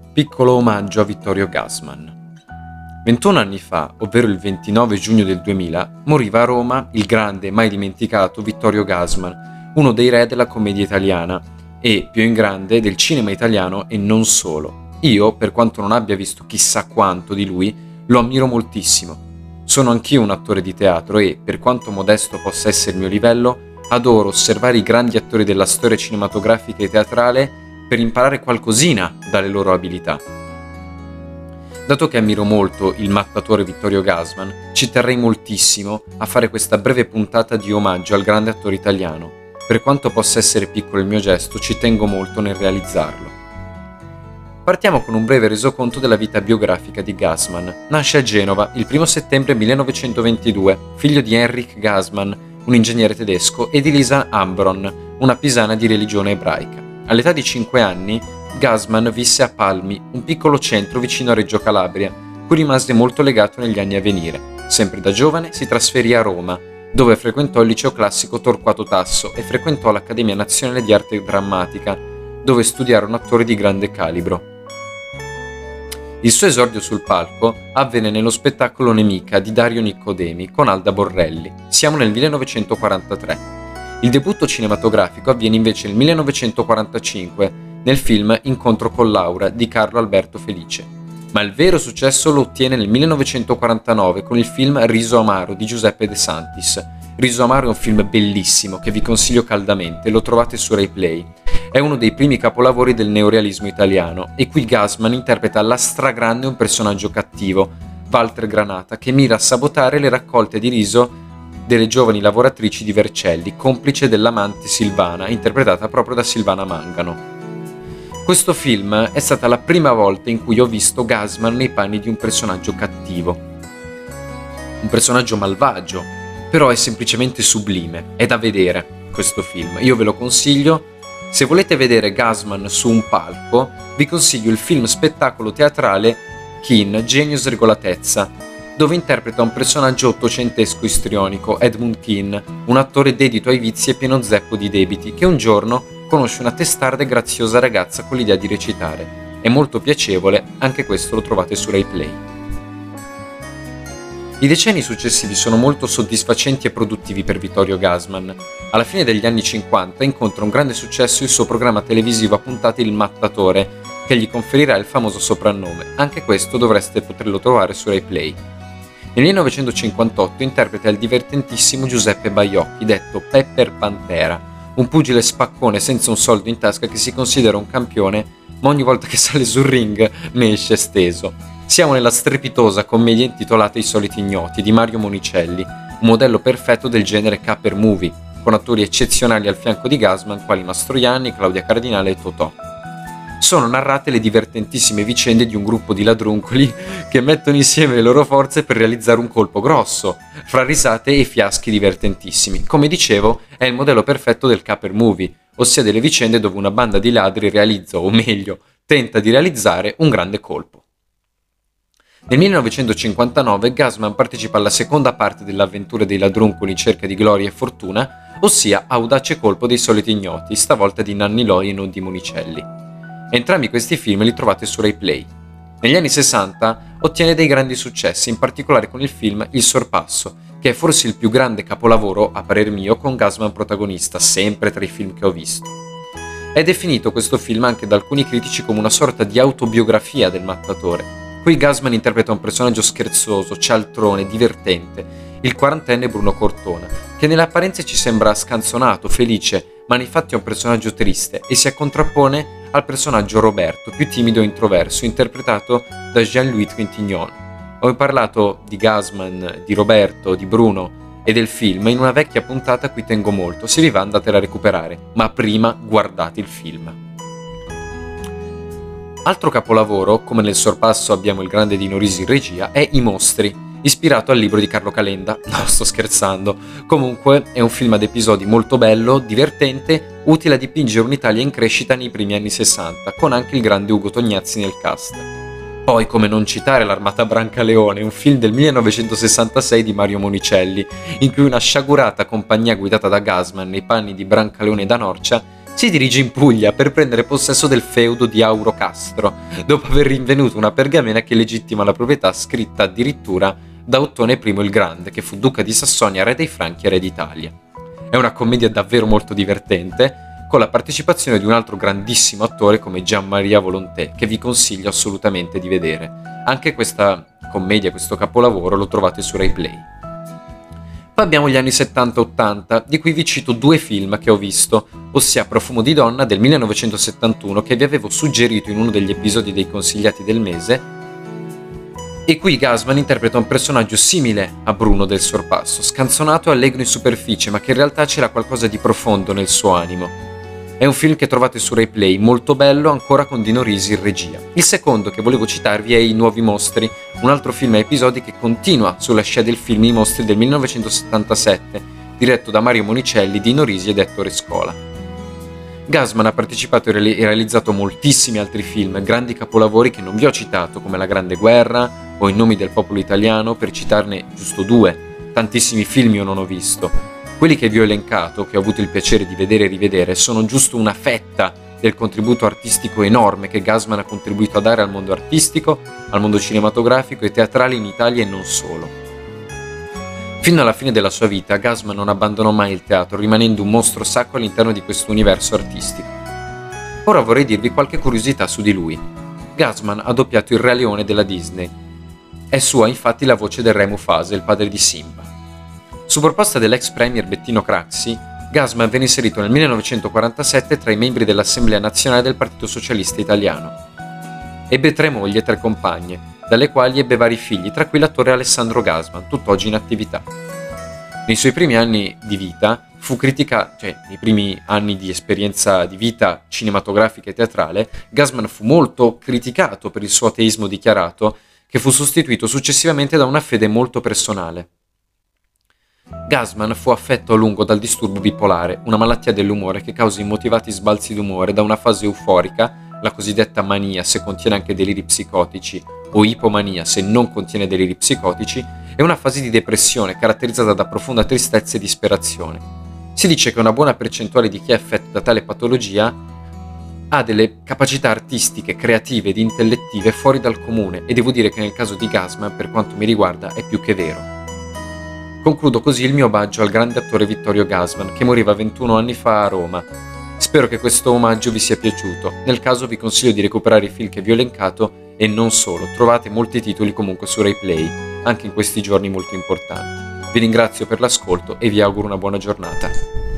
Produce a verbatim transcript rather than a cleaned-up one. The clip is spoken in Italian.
Piccolo omaggio a Vittorio Gassman. ventuno anni fa, ovvero il ventinove giugno del duemila, moriva a Roma il grande e mai dimenticato Vittorio Gassman, uno dei re della commedia italiana e, più in grande, del cinema italiano e non solo. Io, per quanto non abbia visto chissà quanto di lui, lo ammiro moltissimo. Sono anch'io un attore di teatro e, per quanto modesto possa essere il mio livello, adoro osservare i grandi attori della storia cinematografica e teatrale per imparare qualcosina dalle loro abilità. Dato che ammiro molto il mattatore Vittorio Gassman, ci terrei moltissimo a fare questa breve puntata di omaggio al grande attore italiano. Per quanto possa essere piccolo il mio gesto, ci tengo molto nel realizzarlo. Partiamo con un breve resoconto della vita biografica di Gassman. Nasce a Genova il primo settembre millenovecentoventidue, figlio di Henrik Gassman, un ingegnere tedesco, e di Lisa Ambron, una pisana di religione ebraica. All'età di cinque anni, Gassman visse a Palmi, un piccolo centro vicino a Reggio Calabria, cui rimase molto legato negli anni a venire. Sempre da giovane si trasferì a Roma, dove frequentò il liceo classico Torquato Tasso e frequentò l'Accademia Nazionale di Arte Drammatica, dove studiarono attori di grande calibro. Il suo esordio sul palco avvenne nello spettacolo Nemica di Dario Niccodemi con Alda Borrelli. Siamo nel millenovecentoquarantatré. Il debutto cinematografico avviene invece nel millenovecentoquarantacinque nel film Incontro con Laura di Carlo Alberto Felice, ma il vero successo lo ottiene nel millenovecentoquarantanove con il film Riso Amaro di Giuseppe De Santis. Riso Amaro è un film bellissimo che vi consiglio caldamente, lo trovate su Rai Play. È uno dei primi capolavori del neorealismo italiano e qui Gassman interpreta alla stragrande un personaggio cattivo, Walter Granata, che mira a sabotare le raccolte di riso delle giovani lavoratrici di Vercelli, complice dell'amante Silvana, interpretata proprio da Silvana Mangano. Questo film è stata la prima volta in cui ho visto Gassman nei panni di un personaggio cattivo. Un personaggio malvagio, però è semplicemente sublime, è da vedere questo film, io ve lo consiglio. Se volete vedere Gassman su un palco, vi consiglio il film spettacolo teatrale Keane, Genio e Sregolatezza, dove interpreta un personaggio ottocentesco istrionico, Edmund Keane, un attore dedito ai vizi e pieno zeppo di debiti, che un giorno conosce una testarda e graziosa ragazza con l'idea di recitare. È molto piacevole, anche questo lo trovate su Rai Play. I decenni successivi sono molto soddisfacenti e produttivi per Vittorio Gassman. Alla fine degli anni cinquanta incontra un grande successo il suo programma televisivo a puntate Il Mattatore, che gli conferirà il famoso soprannome. Anche questo dovreste poterlo trovare su Rai Play. Nel millenovecentocinquantotto interpreta il divertentissimo Giuseppe Baiocchi, detto Pepper Pantera, un pugile spaccone senza un soldo in tasca che si considera un campione, ma ogni volta che sale sul ring ne esce steso. Siamo nella strepitosa commedia intitolata I soliti ignoti di Mario Monicelli, un modello perfetto del genere caper movie, con attori eccezionali al fianco di Gassman quali Mastroianni, Claudia Cardinale e Totò. Sono narrate le divertentissime vicende di un gruppo di ladruncoli che mettono insieme le loro forze per realizzare un colpo grosso, fra risate e fiaschi divertentissimi. Come dicevo, è il modello perfetto del caper movie, ossia delle vicende dove una banda di ladri realizza, o meglio, tenta di realizzare un grande colpo. Nel millenovecentocinquantanove Gassman partecipa alla seconda parte dell'avventura dei ladruncoli in cerca di gloria e fortuna, ossia Audace colpo dei soliti ignoti, stavolta di Nanni Loi e non di Monicelli. Entrambi questi film li trovate su Rai Play. Negli anni sessanta ottiene dei grandi successi, in particolare con il film Il Sorpasso, che è forse il più grande capolavoro, a parer mio, con Gassman protagonista, sempre tra i film che ho visto. È definito questo film anche da alcuni critici come una sorta di autobiografia del mattatore. Qui Gassman interpreta un personaggio scherzoso, cialtrone, divertente, il quarantenne Bruno Cortona, che nelle apparenze ci sembra scanzonato, felice, ma nei fatti è un personaggio triste e si contrappone al personaggio Roberto, più timido e introverso, interpretato da Jean-Louis Trintignant. Ho parlato di Gassman, di Roberto, di Bruno e del film in una vecchia puntata a cui tengo molto, se vi va andatela a recuperare, ma prima guardate il film. Altro capolavoro, come nel Sorpasso abbiamo il grande Dino Risi in regia, è I Mostri, ispirato al libro di Carlo Calenda. No, sto scherzando. Comunque è un film ad episodi molto bello, divertente, utile a dipingere un'Italia in crescita nei primi anni sessanta, con anche il grande Ugo Tognazzi nel cast. Poi, come non citare L'Armata Brancaleone, un film del millenovecentosessantasei di Mario Monicelli, in cui una sciagurata compagnia guidata da Gassman nei panni di Brancaleone e da Norcia si dirige in Puglia per prendere possesso del feudo di Auro Castro, dopo aver rinvenuto una pergamena che legittima la proprietà, scritta addirittura da Ottone primo il Grande, che fu duca di Sassonia, re dei Franchi e re d'Italia. È una commedia davvero molto divertente, con la partecipazione di un altro grandissimo attore come Gian Maria Volonté, che vi consiglio assolutamente di vedere. Anche questa commedia, questo capolavoro, lo trovate su Rai Play. Poi abbiamo gli anni settanta ottanta, di cui vi cito due film che ho visto, ossia Profumo di donna del millenovecentosettantuno, che vi avevo suggerito in uno degli episodi dei consigliati del mese, e qui Gassman interpreta un personaggio simile a Bruno del Sorpasso, scanzonato e allegro in superficie, ma che in realtà c'era qualcosa di profondo nel suo animo. È un film che trovate su Rai Play, molto bello, ancora con Dino Risi in regia. Il secondo che volevo citarvi è I Nuovi Mostri, un altro film a episodi che continua sulla scia del film I Mostri del millenovecentosettantasette, diretto da Mario Monicelli, Dino Risi ed Ettore Scola. Gassman ha partecipato e realizzato moltissimi altri film, grandi capolavori che non vi ho citato, come La Grande Guerra o I Nomi del popolo italiano, per citarne giusto due. Tantissimi film io non ho visto. Quelli che vi ho elencato, che ho avuto il piacere di vedere e rivedere, sono giusto una fetta del contributo artistico enorme che Gassman ha contribuito a dare al mondo artistico, al mondo cinematografico e teatrale in Italia e non solo. Fino alla fine della sua vita, Gassman non abbandonò mai il teatro, rimanendo un mostro sacro all'interno di questo universo artistico. Ora vorrei dirvi qualche curiosità su di lui. Gassman ha doppiato il Re Leone della Disney. È sua infatti la voce del Re Mufasa, il padre di Simba. Su proposta dell'ex premier Bettino Craxi, Gassman venne inserito nel millenovecentoquarantasette tra i membri dell'Assemblea Nazionale del Partito Socialista Italiano. Ebbe tre mogli e tre compagne, dalle quali ebbe vari figli, tra cui l'attore Alessandro Gassman, tutt'oggi in attività. Nei suoi primi anni di vita fu criticato, cioè nei primi anni di esperienza di vita cinematografica e teatrale, Gassman fu molto criticato per il suo ateismo dichiarato, che fu sostituito successivamente da una fede molto personale. Gassman fu affetto a lungo dal disturbo bipolare, una malattia dell'umore che causa immotivati sbalzi d'umore da una fase euforica, la cosiddetta mania se contiene anche deliri psicotici, o ipomania se non contiene deliri psicotici, e una fase di depressione caratterizzata da profonda tristezza e disperazione. Si dice che una buona percentuale di chi è affetto da tale patologia ha delle capacità artistiche, creative ed intellettive fuori dal comune, e devo dire che nel caso di Gassman, per quanto mi riguarda, è più che vero. Concludo così il mio omaggio al grande attore Vittorio Gassman, che moriva ventuno anni fa a Roma. Spero che questo omaggio vi sia piaciuto. Nel caso vi consiglio di recuperare i film che vi ho elencato e non solo. Trovate molti titoli comunque su Rai Play, anche in questi giorni molto importanti. Vi ringrazio per l'ascolto e vi auguro una buona giornata.